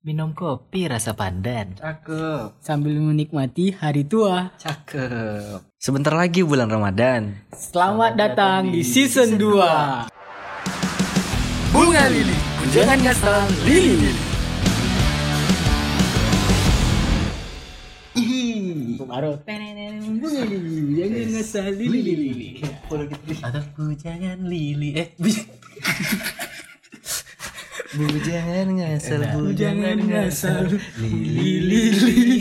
Minum kopi rasa pandan. Cakep. Sambil menikmati hari tua. Cakep. Sebentar lagi bulan Ramadan. Selamat datang di season 2. Bunga Lili, jangan ngasal Lili. Baru. Bunga Lili, jangan ngasal Lili. Atau jangan lili. Jangan ngasal, Jangan ngasal Lili.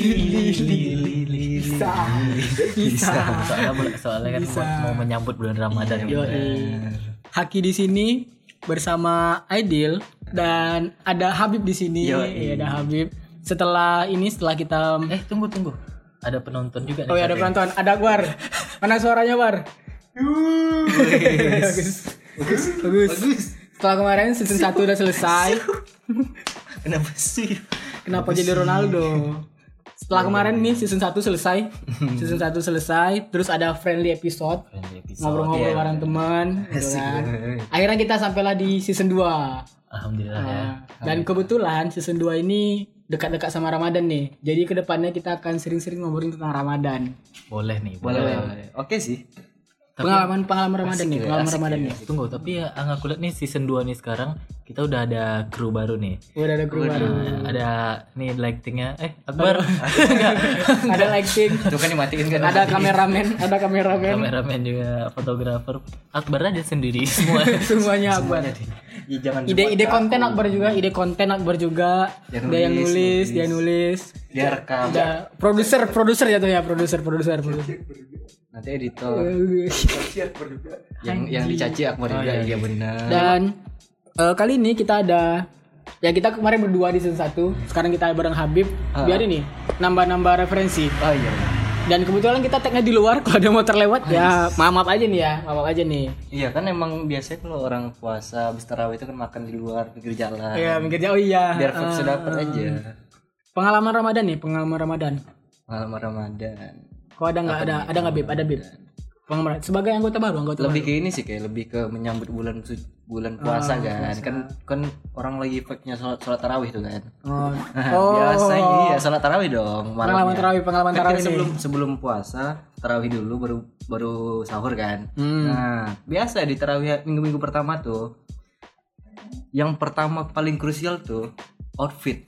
Bisa. Soalnya kan mau menyambut bulan Ramadan. Yoi. Haki di sini bersama Aidil dan ada Habib di sini. Yoi. Ada Habib. Setelah kita Tunggu. Ada penonton juga. Oh ya, ada penonton, ada Akbar. Mana suaranya, Bar? Bagus. Setelah kemarin season 1 udah selesai. Kenapa sih? Kenapa jadi Ronaldo? Setelah kemarin nih season 1 selesai. Season 1 selesai, terus ada friendly episode. Ngobrol-ngobrol bareng teman gitu kan. Akhirnya kita sampailah di season 2. Alhamdulillah ya. Dan kebetulan season 2 ini dekat-dekat sama Ramadan nih. Jadi kedepannya kita akan sering-sering ngobrolin tentang Ramadan. Boleh nih. Boleh. Oke sih. Pengalaman Ramadan nih, pengalaman Ramadan nih. Tunggu, tapi ya aku lihat nih season 2 nih sekarang kita udah ada kru baru nih. Udah ada kru baru. Ada nih lightingnya. Akbar. Ada lighting. Tuh kan dimatiin kan. Ada kameramen. Kameramen juga, fotografer. Akbar aja sendiri semua. Semuanya Akbar. Ya, jangan Ide konten Akbar juga. Dia yang nulis, dia rekam. Ada produser jatuhnya, produser. Nanti editor. yang dicaci Akbar juga. Iya benar. Dan kali ini kita kita kemarin berdua di season 1. Sekarang kita bareng Habib. Biar ini nambah referensi. Oh iya. Dan kebetulan kita tag-nya di luar. Kalau ada motor lewat ya maaf aja nih. Iya kan emang biasanya kalau orang puasa habis tarawih itu kan makan di luar pinggir jalan. Iya, oh iya. Biar vibes dapat aja. Pengalaman Ramadan. Kok ada nggak Bib? Ada Bib. Pengalaman sebagai anggota baru. Lebih ke ini sih, kayak lebih ke menyambut bulan puasa kan. Kan orang lagi efeknya sholat tarawih tuh kan. Biasanya iya sholat tarawih dong. Pengalaman tarawih kan sebelum puasa tarawih dulu baru sahur kan. Nah biasa di tarawih minggu pertama tuh yang pertama paling krusial tuh outfit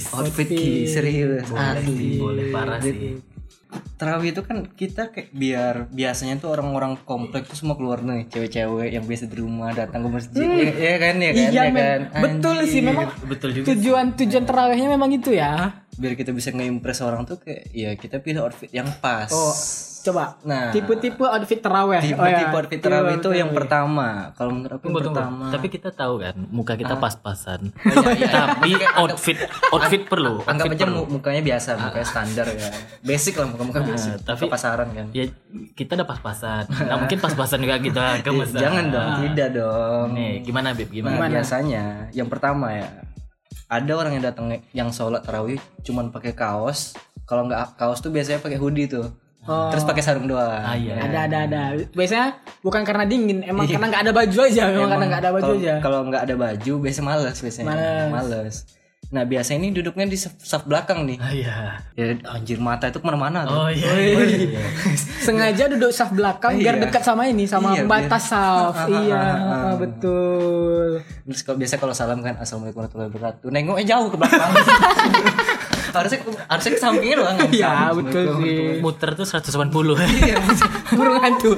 serius. Boleh parah sih. Tarawih itu kan kita kayak biasanya tuh orang-orang komplek tuh semua keluar nih, cewek-cewek yang biasa di rumah datang ke masjid. Iya kan. Betul sih, memang betul juga. Tujuan tarawihnya memang itu ya. Biar kita bisa nge-impress orang tuh kayak ya kita pilih outfit yang pas. Oh, coba. Nah, tipe-tipe outfit tarawih. Tipe outfit tarawih itu yang pertama. Kalau menurut aku pertama. Tapi kita tahu kan, muka kita pas-pasan. Iya. Tapi outfit perlu. Anggap aja mukanya biasa, mukanya standar ya. Basic lah muka basic. Tapi ke pasaran kan. Ya kita udah pas-pasan. Nah, mungkin pas-pasan juga kita ke masjid. Jangan dong, tidak dong. Nih, gimana Bib? Nah, biasanya yang pertama ya ada orang yang datang yang sholat tarawih cuman pakai kaos. Kalau nggak kaos tuh biasanya pakai hoodie tuh. Terus pakai sarung doang. Iya. Ada. Biasanya bukan karena dingin, emang karena nggak ada baju aja. Kalau nggak ada baju biasanya males. Nah biasanya ini duduknya di saf belakang nih. Iya. Ya anjir mata itu kemana-mana tuh. Oh iya. Sengaja duduk saf belakang biar dekat sama batas saf. Iya, betul. Terus kalau salam kan assalamualaikum warahmatullahi wabarakatuh. Nengoknya jauh ke belakang. harusnya ke sampingnya doang. Iya, betul sih. Muter tuh 180. Iya. Burung hantu.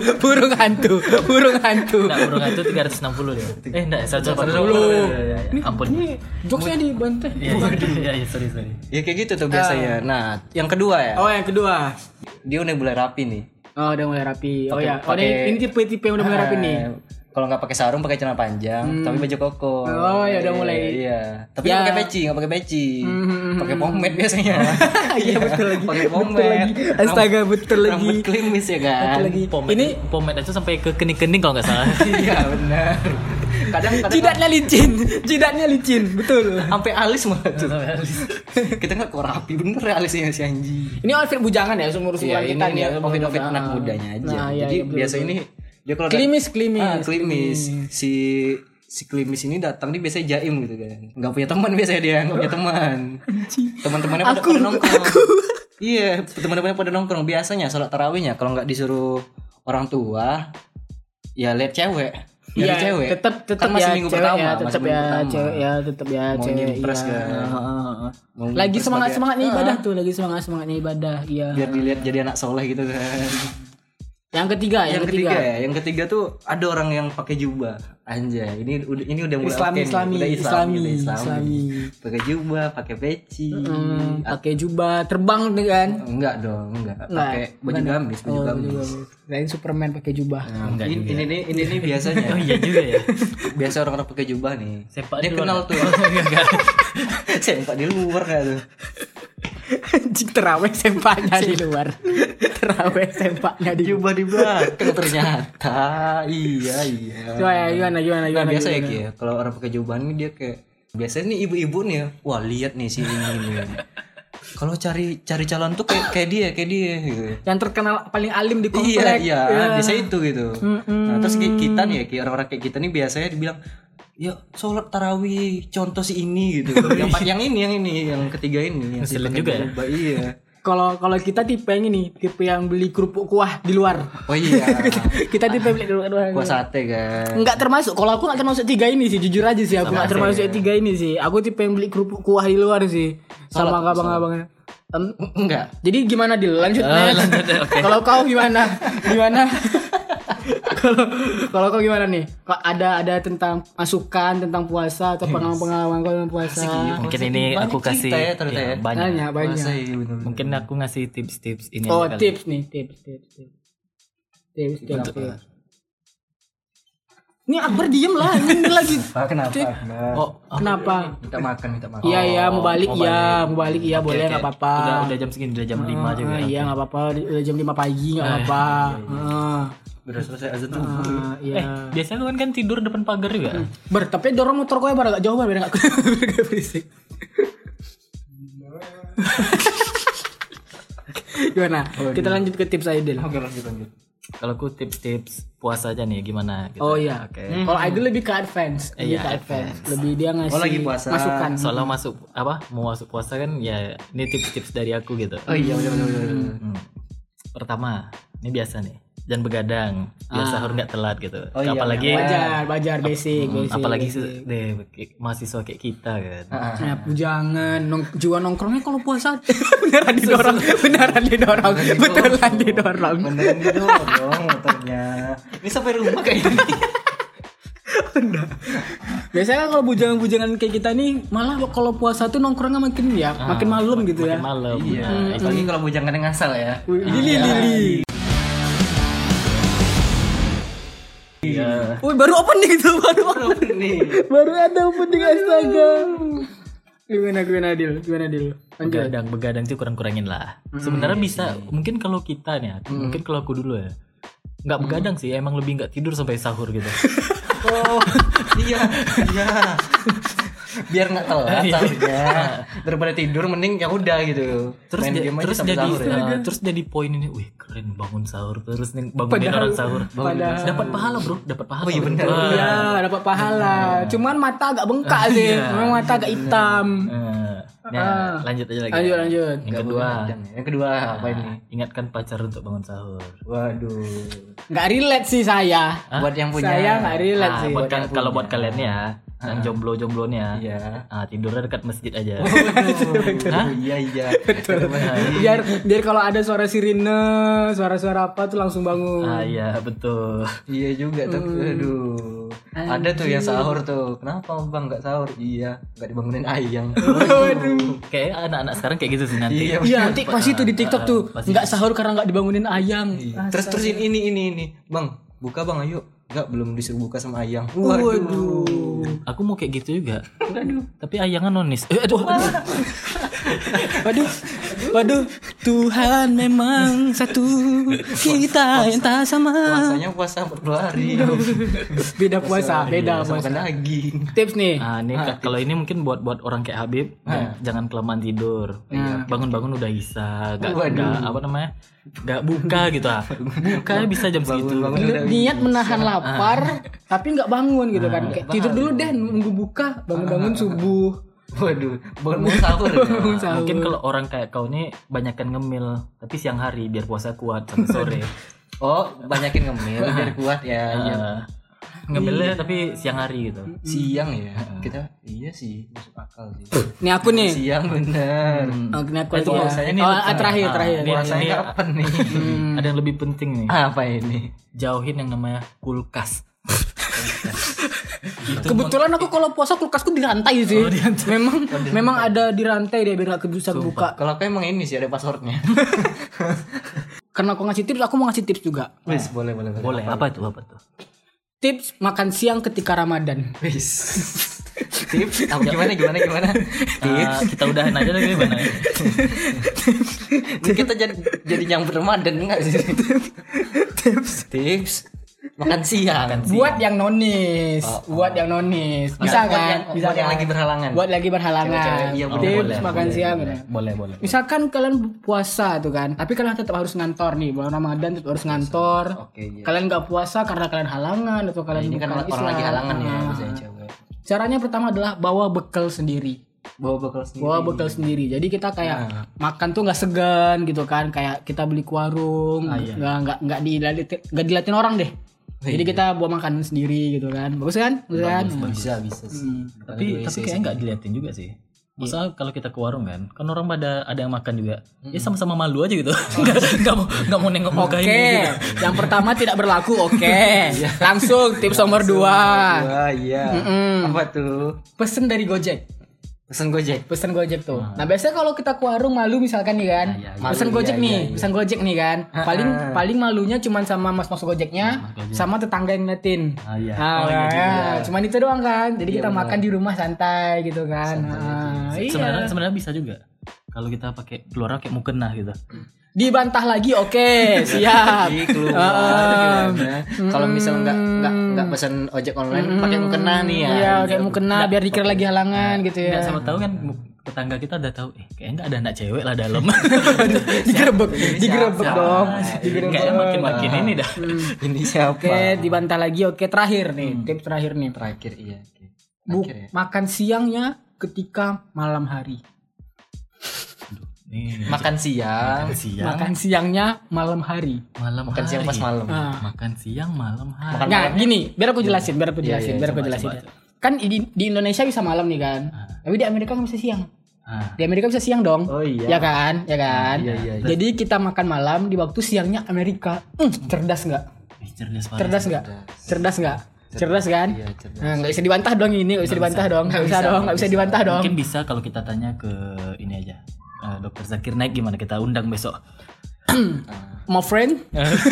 Nah, burung hantu 360 deh. Enggak, 180. Ampun. Ini jokesnya dibantai. Iya, sorry. Ya kayak gitu tuh biasanya. Nah, yang kedua ya. Oh, yang kedua. Dia udah mulai rapi nih. Oh, udah mulai rapi. Ini tipe-tipe yang udah mulai rapi nih. Kalau nggak pakai sarung, pakai celana panjang, tapi baju koko. Oh ya udah mulai. Iya. Tapi nggak pakai peci. Pakai pomade biasanya. Iya betul lagi. Pakai pomade. Astaga betul lagi. Rambut klimis ya kan. Betul lagi. Ini pomade itu sampai ke kening-kening kalau nggak salah. Iya benar. Kadang jidatnya licin, betul. Sampai alis malah tuh. Kita nggak kok rapi bener ya alisnya si Anji. Ini outfit bujangan ya, seumur-umuran kita nih. Outfit anak mudanya aja. Jadi biasa ini dia kalau klimis. si si klimis ini datang dia biasanya jaim gitu kan. Enggak punya teman biasanya dia, enggak punya teman. Teman-temannya pada nongkrong. Iya, teman-temannya pada nongkrong. Biasanya sholat tarawihnya kalau enggak disuruh orang tua ya lihat cewek. Iya, cewek. tetap kan masih ya minggu cewek pertama, ya, masih tetap minggu ya pertama. cewek ya, tetap ya Mau cewek. ngimpress Iya. kan. Mau Lagi ngimpress semangatnya pakai- ibadah tuh, lagi semangatnya ibadah. Iya. biar dilihat jadi anak soleh gitu kan. Yang ketiga, yang ketiga tuh ada orang yang pakai jubah. Anjay, ini udah mulai Islami, oke nih. Udah Islami. Pakai jubah, pakai peci. Pakai jubah terbang tuh kan. Enggak dong, enggak. Pakai baju gamis, baju gamis. Lain Superman pakai jubah. Enggak juga. Ini biasanya. Oh iya juga ya. Biasa orang-orang pakai jubah nih. Sepak Dia di luar kenal nggak? tuh. Enggak. Sempak di luar kan tuh. Anjing terawih sempaknya di luar. Terawih sempaknya di Jubah di belakang ternyata. Iya. Coba ya gimana. Nah, biasa ya Ki ya, kalau orang pakai jubah ini dia kayak biasanya nih ibu-ibu nih ya, wah lihat nih si ini nih. Kalau cari calon tuh kayak dia gitu. Yang terkenal paling alim di komplek. Iya, biasa itu gitu. Nah, terus kita nih ya, kayak orang-orang kayak kita nih biasanya dibilang, ya sholat tarawih contoh si ini gitu. yang ini yang ketiga ini yang Ngeselin pakai juga ya? jubah, iya. Kalau kita tipe yang ini, tipe yang beli kerupuk kuah di luar. Oh iya. Kita tipe beli kerupuk kuah. Kuah sate kan. Enggak termasuk. Kalau aku enggak termasuk tiga ini sih, jujur aja sih aku enggak termasuk tiga ini sih. Aku tipe yang beli kerupuk kuah di luar sih. Sama abang-abangnya. Enggak. Jadi gimana Dil? Lanjut. Lanjut, oke. Kalau kau gimana? Kalau kau gimana nih? Kok ada tentang masukan tentang puasa atau pengalaman kau tentang puasa? Mungkin ini Banyak aku kasih cerita ya, ternyata ya. banyak. Banyak. Masa iya bener. Mungkin aku ngasih tips-tips ini Oh, aja kali. tips nih, tips. Ini Akbar diem lah, ini lagi. Kenapa? Oh, Kenapa? Minta makan. Iya, mau balik iya, Oke, boleh oke. nggak apa-apa. Udah jam segini, udah jam 5 juga. Iya nggak apa-apa, udah jam 5 pagi nggak apa-apa. Udah selesai azan tuh. Iya. Biasanya lu kan tidur depan pagar juga. Tapi dorong motor gue bar agak jauh biar nggak berisik. Gimana? Kita lanjut ke tips Aidil. Oke, lanjut. Kalau aku tips-tips puasa aja nih gimana gitu. Oh iya. Oke. Kalau Aidil lebih ke advance, lebih dia ngasih lagi puasa. masukan. Soalnya mau masuk puasa kan ya ini tips-tips dari aku gitu. Oh iya, bener. Pertama, ini biasa nih. Jangan begadang, biar sahur nggak telat gitu. Oh iya, apalagi Bajar basic. apalagi mahasiswa kayak kita kan. Ya, jangan jiwa nongkrongnya kalau puasa beneran didorong. Beneran didorong motornya. Ini sampai rumah kayak gini. Biasanya kalau bujangan-bujangan kayak kita nih malah kalau puasa tuh nongkrongnya makin malam gitu ya. Malam. Iya, apalagi kalau bujangannya ngasal ya. Lili. Iya. Wih, baru opening itu, Nih. baru ada opening, astaga. Gimana Dil? Lanjut. Begadang tuh kurang-kurangin lah. Sebenarnya bisa, mungkin kalau kita nih, mungkin kalau aku dulu ya, nggak begadang sih, emang lebih nggak tidur sampai sahur gitu. Oh, iya. Biar nggak telat sahurnya. Daripada tidur mending ya udah gitu. Terus Main game aja sampai sahur ya. terus jadi poin ini, wih keren bangun sahur terus nih bangunin orang sahur. Dapat pahala bro, dapat pahala. Oh iya benar. Iya, dapat pahala. Cuman mata agak bengkak sih. Memang mata agak hitam. Nah, lanjut aja lagi. Lanjut. Yang kedua, apa ini? ingatkan pacar untuk bangun sahur. Waduh. Nggak relate sih saya. Buat yang punya. Saya nggak relate sih. Kalau buat kalian ya, yang jomblo-jomblonya, Iya. Tidurnya dekat masjid aja. Iya. Biar kalau ada suara sirine, suara-suara apa tuh langsung bangun. Iya betul. Iya juga tuh. Aduh. Ada tuh yang sahur tuh. Kenapa Bang nggak sahur? Iya, nggak dibangunin ayang. Waduh. Kayak anak-anak sekarang kayak gitu sih nanti. Iya, nanti pas itu di TikTok tuh pasti. nggak sahur karena nggak dibangunin ayang. Terus ini. Bang, buka Bang, ayo. Enggak, belum disuruh buka sama ayang. Waduh. Aku mau kayak gitu juga. Tapi ayangan nonis. Waduh. Tuhan memang satu, kita yang tak sama. Puasanya puasa 40 hari. Beda puasa, beda Makan puasa. daging. Tips nih. Ini kalau ini mungkin buat orang kayak Habib, jangan kelamaan tidur. Bangun-bangun udah isa, gak apa namanya? Gak buka gitu Bukanya bisa jam segitu. Niat menahan lapar tapi nggak bangun gitu kan. Kayak tidur dulu deh nunggu buka, bangun-bangun subuh. Waduh, bangun sahur. Mungkin kalau orang kayak kau nih banyakan ngemil tapi siang hari biar puasa kuat sampai sore. Oh, banyakin ngemil biar kuat ya. Iya. Ngemilnya tapi siang hari gitu. Siang ya. Kita iya sih masuk akal sih. Nih aku nih. Siang bener. Ini aku Itu aja. puasanya nih. Terakhir. Puasanya kapan nih? Ada yang lebih penting nih. Apa ini? Jauhin yang namanya kulkas. Kebetulan aku kalau puasa kulkasku di rantai sih. Memang ada di rantai dia biar gak bisa buka. Kalau aku emang ini sih ada passwordnya. Karena aku ngasih tips, aku mau ngasih tips juga. Wis, boleh. Boleh. Apa tuh? Tips makan siang ketika Ramadan. Wis. Tips apa gimana? Kita udahan aja lagi gimana? Kita jadi nyambut Ramadan enggak sih? Tips makan siang. Buat yang nonis, bisa kan? Bisa buat yang lagi berhalangan. Buat lagi berhalangan. Cewek-cewek, iya, Tips boleh, makan siang. Boleh. Misalkan kalian puasa tuh kan, tapi kalian tetap harus ngantor nih. Bulan Ramadan tetap harus ngantor. Oke, iya. Kalian nggak puasa karena kalian halangan atau kalian Ini kan bukan orang Islam. lagi halangan ya, Nah. biasanya cewek. Caranya pertama adalah bawa bekal sendiri. Bawa bekal sendiri. Jadi kita kayak makan tuh nggak segan gitu kan, kayak kita beli ke warung, nggak diliatin orang deh. Jadi kita bawa makanan sendiri gitu kan, bagus kan? Bisa sih. Tapi kayaknya nggak diliatin juga sih. Masa kalau kita ke warung kan orang pada ada yang makan juga, ya sama-sama malu aja gitu. Nggak mau nengok muka ini. Oke, yang pertama tidak berlaku. Oke, langsung tips nomor 2. Iya. Apa tuh? Pesen dari Gojek. Pesen Gojek Tuh. Nah biasanya kalau kita ke warung malu misalkan nih kan, pesen Gojek nih, pesen Gojek nih kan. Paling malunya cuman sama mas Gojeknya, sama tetangga yang ngeliatin. Cuman itu doang kan. Jadi kita makan di rumah santai gitu kan. Sebenarnya bisa juga. Kalau kita pakai keluar kayak mukena gitu. Dibantah lagi, oke, siap. Kalau misal nggak pesan ojek online pakai mukena nih ya. Iya, kayak mukena biar dikira lagi halangan gitu ya. Nggak sama tahu kan tetangga kita udah tahu kayaknya nggak ada anak cewek lah dalam. digerebek dong. Kayaknya makin ini dah. Ini siapa? Oke, dibantah lagi. Oke, terakhir nih, tips terakhir nih. Terakhir iya. Makan siangnya ketika malam hari. Makan siangnya malam hari. Makan siang pas malam. Makan siang malam hari. Nah, gini, biar aku jelasin. Coba. Kan di Indonesia bisa malam nih kan. Tapi di Amerika kan bisa siang. Di Amerika bisa siang dong. Oh iya. Ya kan? Iya. Jadi kita makan malam di waktu siangnya Amerika. Cerdas enggak? Cerdas kan? Iya, cerdas. Nah, nggak bisa dibantah dong ini, nggak bisa dibantah dong. Nggak bisa dibantah dong. Mungkin bisa kalau kita tanya ke ini aja. Dokter Zakir Naik gimana kita undang besok. My friend.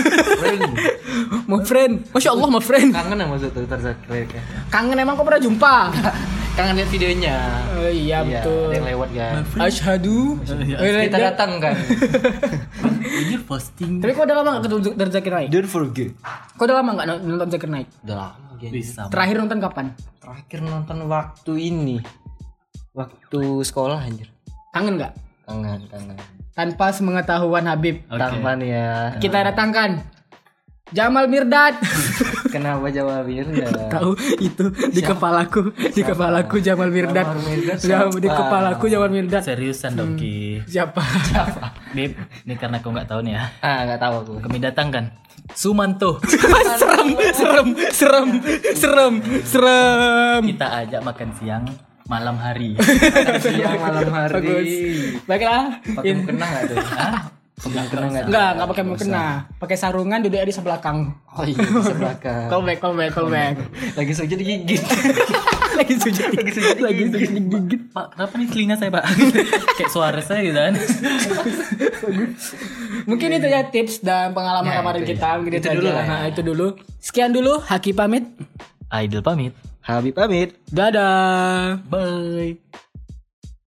Masya Allah, my friend. Kangen sama Dokter Zakir. Kangen emang kok pernah jumpa? Kangen lihat videonya. Oh, iya betul. Ada yang lewat kan. Asyhadu. Kita datang kan. Ini posting. Tapi kok udah lama nggak ketemu Dokter Zakir Naik? Don't forget. Kok udah lama nggak nonton Zakir Naik? Udah lama Bisa. Terakhir nonton kapan? Terakhir nonton waktu ini. Waktu sekolah anjir. Kangen nggak? Kangen. Tanpa sepengetahuan Habib, Tanpa nih ya. kita datangkan Jamal Mirdad. Kenapa Jamal Mirdad? Tahu itu di kepalaku Jamal Mirdad. Di kepalaku Jamal Mirdad. Seriusan dong Ki. Siapa? Bib, ini karena kau nggak tahu nih ya. Nggak tahu aku. Kami datang kan Sumanto. Serem. Kita ajak makan siang malam hari. Siang malam hari. Baiklah. Pakai mukena nggak tuh? Pakai mukena nggak? Enggak pakai mukena. Pakai sarungan duduk di sebelah belakang. Oh iya di sebelah kan. Call back. Lagi sujud digigit. Lagi sujud digigit. Pak, kenapa nih telinga saya Pak? Kayak suara saya gitu kan. Mungkin itu ya tips dan pengalaman Ramadan kita. Mungkin itu dulu lah. Nah, itu dulu. Sekian dulu. Haki pamit. Aidil pamit. Habib pamit. Dadah. Bye.